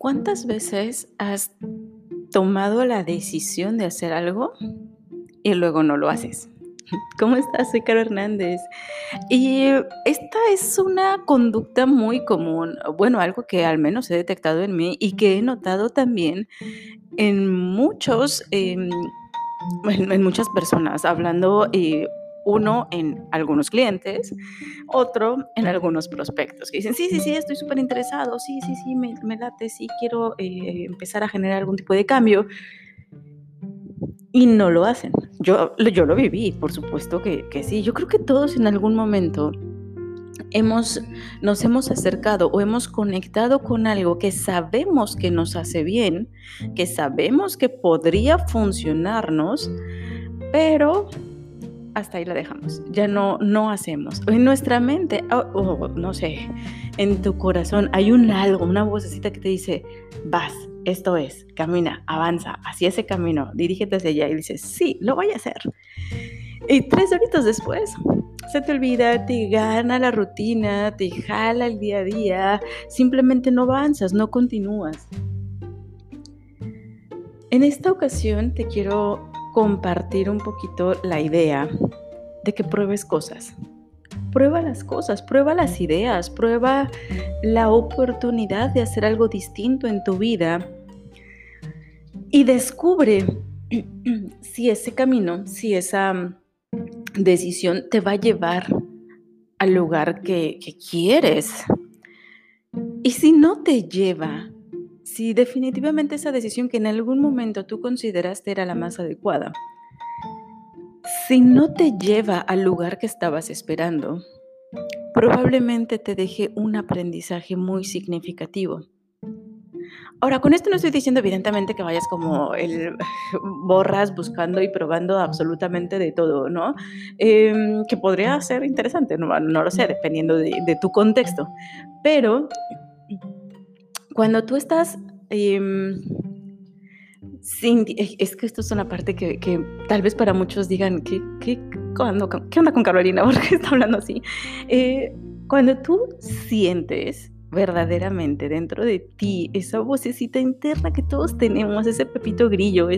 ¿Cuántas veces has tomado la decisión de hacer algo y luego no lo haces? ¿Cómo estás? Soy Caro Hernández. Y esta es una conducta muy común, bueno, algo que al menos he detectado en mí y que he notado también en en muchas personas, hablando, uno en algunos clientes, otro en algunos prospectos, que dicen, sí, sí, sí, estoy súper interesado, sí, sí, sí, me late, sí, quiero empezar a generar algún tipo de cambio, y no lo hacen. Yo lo viví, por supuesto que sí. Yo creo que todos en algún momento hemos, nos hemos acercado o hemos conectado con algo que sabemos que nos hace bien, que sabemos que podría funcionarnos, pero hasta ahí la dejamos, ya no hacemos. En nuestra mente, no sé, en tu corazón hay un algo, una vocecita que te dice, vas, esto es, camina, avanza hacia ese camino, dirígete hacia allá y dices, sí, lo voy a hacer. Y 3 horitas después, se te olvida, te gana la rutina, te jala el día a día, simplemente no avanzas, no continúas. En esta ocasión te quiero compartir un poquito la idea de que pruebes cosas. Prueba las cosas, prueba las ideas, prueba la oportunidad de hacer algo distinto en tu vida y descubre si ese camino, si esa decisión te va a llevar al lugar que quieres. Y si no te lleva, si definitivamente esa decisión que en algún momento tú consideraste era la más adecuada, si no te lleva al lugar que estabas esperando, probablemente te deje un aprendizaje muy significativo. Ahora, con esto no estoy diciendo evidentemente que vayas como borras buscando y probando absolutamente de todo, ¿no? Que podría ser interesante, no lo sé, dependiendo de tu contexto. Pero cuando tú estás es que esto es una parte que tal vez para muchos digan, ¿qué onda con Carolina? ¿Por qué está hablando así? Cuando tú sientes verdaderamente dentro de ti esa vocecita interna que todos tenemos, ese Pepito Grillo,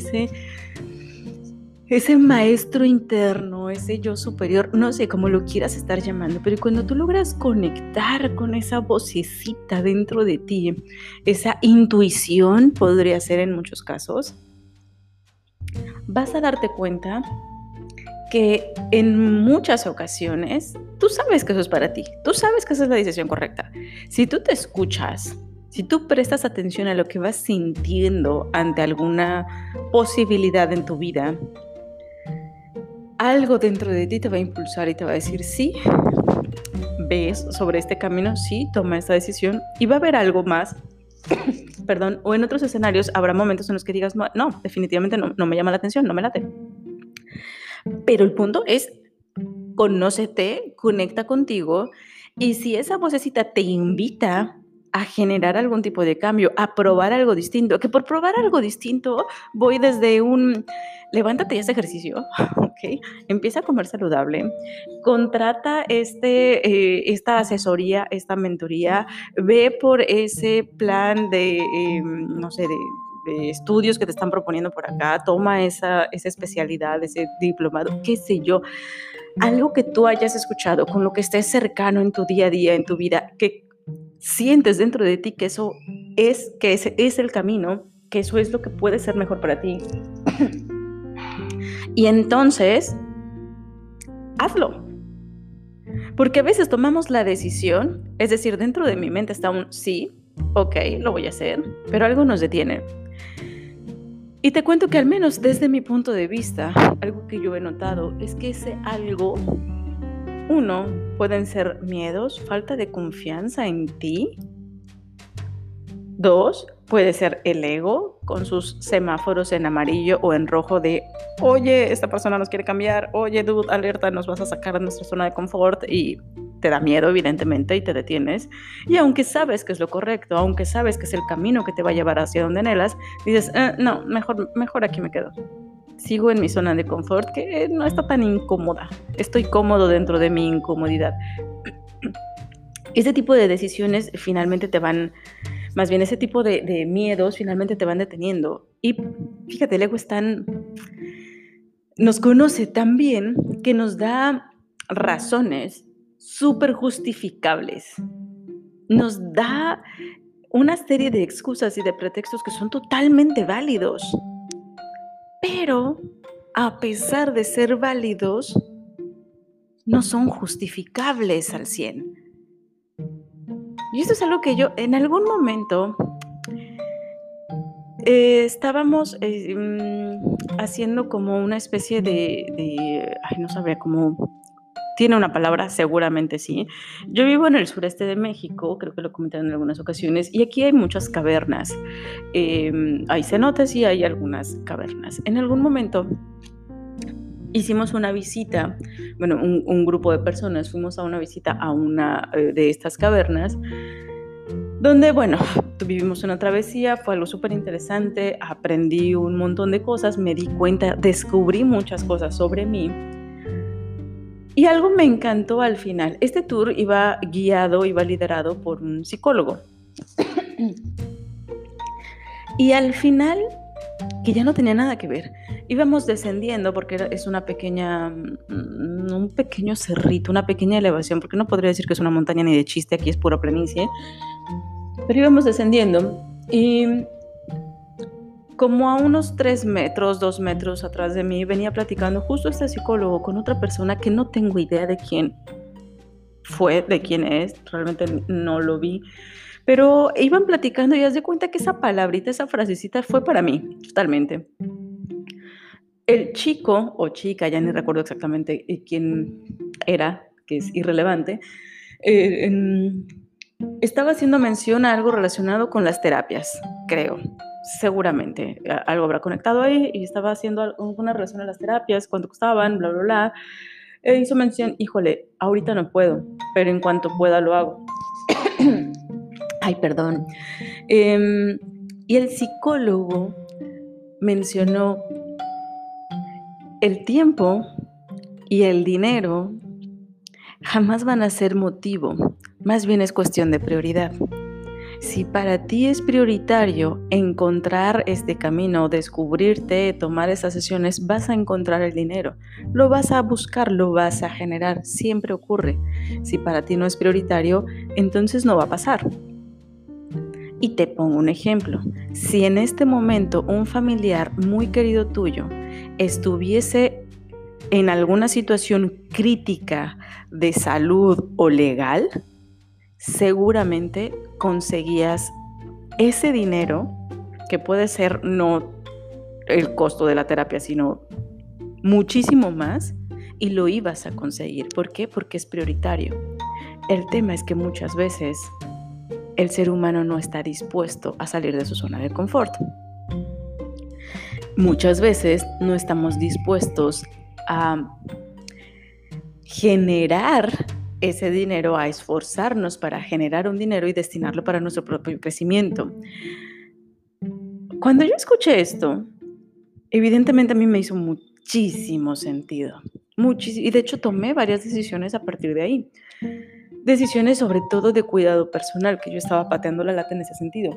ese maestro interno, ese yo superior, no sé cómo lo quieras estar llamando, pero cuando tú logras conectar con esa vocecita dentro de ti, esa intuición podría ser en muchos casos, vas a darte cuenta que en muchas ocasiones tú sabes que eso es para ti, tú sabes que esa es la decisión correcta. Si tú te escuchas, si tú prestas atención a lo que vas sintiendo ante alguna posibilidad en tu vida, algo dentro de ti te va a impulsar y te va a decir, sí, ves sobre este camino, sí, toma esta decisión, y va a haber algo más, perdón, o en otros escenarios habrá momentos en los que digas, no, definitivamente no me llama la atención, no me late. Pero el punto es, conócete, conecta contigo, y si esa vocecita te invita a generar algún tipo de cambio, a probar algo distinto, que por probar algo distinto voy desde levántate y haz ejercicio, ¿ok? Empieza a comer saludable, contrata esta asesoría, esta mentoría, ve por ese plan de, no sé, de estudios que te están proponiendo por acá, toma esa especialidad, ese diplomado, qué sé yo, algo que tú hayas escuchado, con lo que estés cercano en tu día a día, en tu vida, que sientes dentro de ti que ese es el camino, que eso es lo que puede ser mejor para ti. Y entonces, hazlo. Porque a veces tomamos la decisión, es decir, dentro de mi mente está un sí, ok, lo voy a hacer, pero algo nos detiene. Y te cuento que al menos desde mi punto de vista, algo que yo he notado es que ese algo, uno, pueden ser miedos, falta de confianza en ti. 2, puede ser el ego con sus semáforos en amarillo o en rojo de, oye, esta persona nos quiere cambiar, oye, dude, alerta, nos vas a sacar de nuestra zona de confort, y te da miedo, evidentemente, y te detienes. Y aunque sabes que es lo correcto, aunque sabes que es el camino que te va a llevar hacia donde anhelas, dices, no, mejor aquí me quedo. Sigo en mi zona de confort, que no está tan incómoda. Estoy cómodo dentro de mi incomodidad. Ese tipo de decisiones finalmente te van Más bien ese tipo de miedos finalmente te van deteniendo. Y fíjate, el ego nos conoce tan bien que nos da razones súper justificables. Nos da una serie de excusas y de pretextos que son totalmente válidos. Pero, a pesar de ser válidos, no son justificables al 100. Y esto es algo que yo en algún momento estábamos haciendo como una especie no sabría cómo, tiene una palabra, seguramente sí. Yo vivo en el sureste de México, creo que lo comenté en algunas ocasiones, y aquí hay muchas cavernas. Hay cenotes y hay algunas cavernas. En algún momento hicimos una visita, bueno, un grupo de personas fuimos a una visita a una de estas cavernas, donde, bueno, vivimos una travesía, fue algo súper interesante, aprendí un montón de cosas, me di cuenta, descubrí muchas cosas sobre mí. Y algo me encantó al final. Este tour iba liderado por un psicólogo. Y al final, que ya no tenía nada que ver, íbamos descendiendo porque es un pequeño cerrito, una pequeña elevación, porque no podría decir que es una montaña ni de chiste, aquí es pura planicie. Pero íbamos descendiendo y como a unos 3 metros, 2 metros atrás de mí, venía platicando justo este psicólogo con otra persona que no tengo idea de quién fue, de quién es, realmente no lo vi, pero iban platicando y haz de cuenta que esa palabrita, esa frasecita fue para mí, totalmente. El chico o chica, ya ni recuerdo exactamente quién era, que es irrelevante, estaba haciendo mención a algo relacionado con las terapias, creo. Seguramente algo habrá conectado ahí y estaba haciendo alguna relación a las terapias, cuánto costaban, bla, bla, bla. Hizo mención, híjole, ahorita no puedo, pero en cuanto pueda lo hago. Ay, perdón. Y el psicólogo mencionó el tiempo y el dinero jamás van a ser motivo, más bien es cuestión de prioridad. Si para ti es prioritario encontrar este camino, descubrirte, tomar esas sesiones, vas a encontrar el dinero. Lo vas a buscar, lo vas a generar, siempre ocurre. Si para ti no es prioritario, entonces no va a pasar. Y te pongo un ejemplo. Si en este momento un familiar muy querido tuyo estuviese en alguna situación crítica de salud o legal, seguramente conseguías ese dinero, que puede ser no el costo de la terapia, sino muchísimo más, y lo ibas a conseguir. ¿Por qué? Porque es prioritario. El tema es que muchas veces el ser humano no está dispuesto a salir de su zona de confort. Muchas veces no estamos dispuestos a generar ese dinero, a esforzarnos para generar un dinero y destinarlo para nuestro propio crecimiento. Cuando yo escuché esto, evidentemente a mí me hizo muchísimo sentido. Y de hecho tomé varias decisiones a partir de ahí. Decisiones sobre todo de cuidado personal, que yo estaba pateando la lata en ese sentido.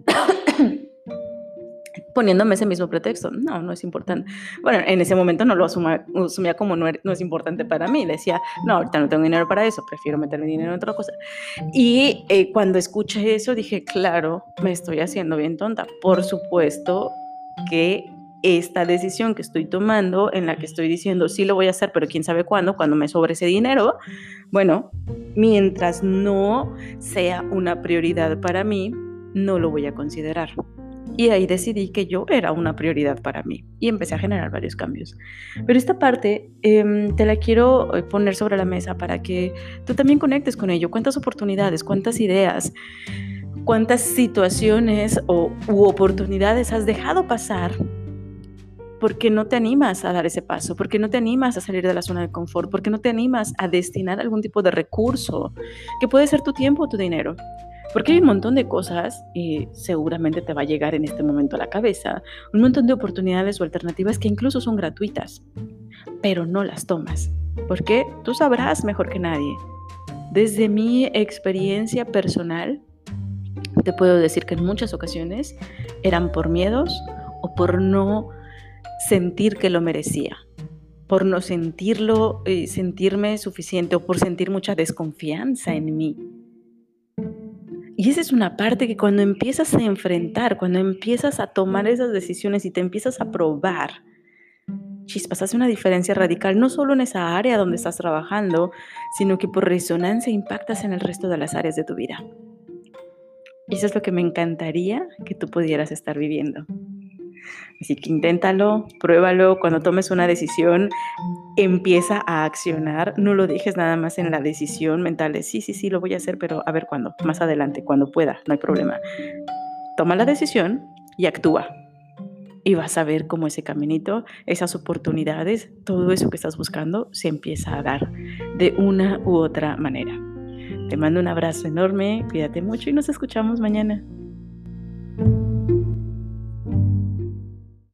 Poniéndome ese mismo pretexto. No es importante. Bueno, en ese momento no lo asumía como no es importante para mí. Decía, no, ahorita no tengo dinero para eso, prefiero meterle dinero en otra cosa. Y cuando escuché eso dije, claro, me estoy haciendo bien tonta. Por supuesto que esta decisión que estoy tomando, en la que estoy diciendo, sí lo voy a hacer, pero quién sabe cuándo me sobre ese dinero, bueno, mientras no sea una prioridad para mí, no lo voy a considerar. Y ahí decidí que yo era una prioridad para mí y empecé a generar varios cambios. Pero esta parte te la quiero poner sobre la mesa para que tú también conectes con ello. ¿Cuántas oportunidades, cuántas ideas, cuántas situaciones u oportunidades has dejado pasar porque no te animas a dar ese paso, porque no te animas a salir de la zona de confort, porque no te animas a destinar algún tipo de recurso que puede ser tu tiempo o tu dinero? Porque hay un montón de cosas y seguramente te va a llegar en este momento a la cabeza, un montón de oportunidades o alternativas que incluso son gratuitas, pero no las tomas. ¿Por qué? Tú sabrás mejor que nadie. Desde mi experiencia personal, Te puedo decir que en muchas ocasiones eran por miedos o por no sentir que lo merecía, por no sentirme suficiente o por sentir mucha desconfianza en mí. Y esa es una parte que cuando empiezas a enfrentar, cuando empiezas a tomar esas decisiones y te empiezas a probar, chispas, hace una diferencia radical, no solo en esa área donde estás trabajando, sino que por resonancia impactas en el resto de las áreas de tu vida. Y eso es lo que me encantaría que tú pudieras estar viviendo. Así que inténtalo, pruébalo. Cuando tomes una decisión, empieza a accionar. No lo dejes nada más en la decisión mental de sí, lo voy a hacer, pero a ver cuándo, más adelante, cuando pueda, no hay problema. Toma la decisión y actúa. Y vas a ver cómo ese caminito, esas oportunidades, todo eso que estás buscando se empieza a dar de una u otra manera. Te mando un abrazo enorme, cuídate mucho y nos escuchamos mañana.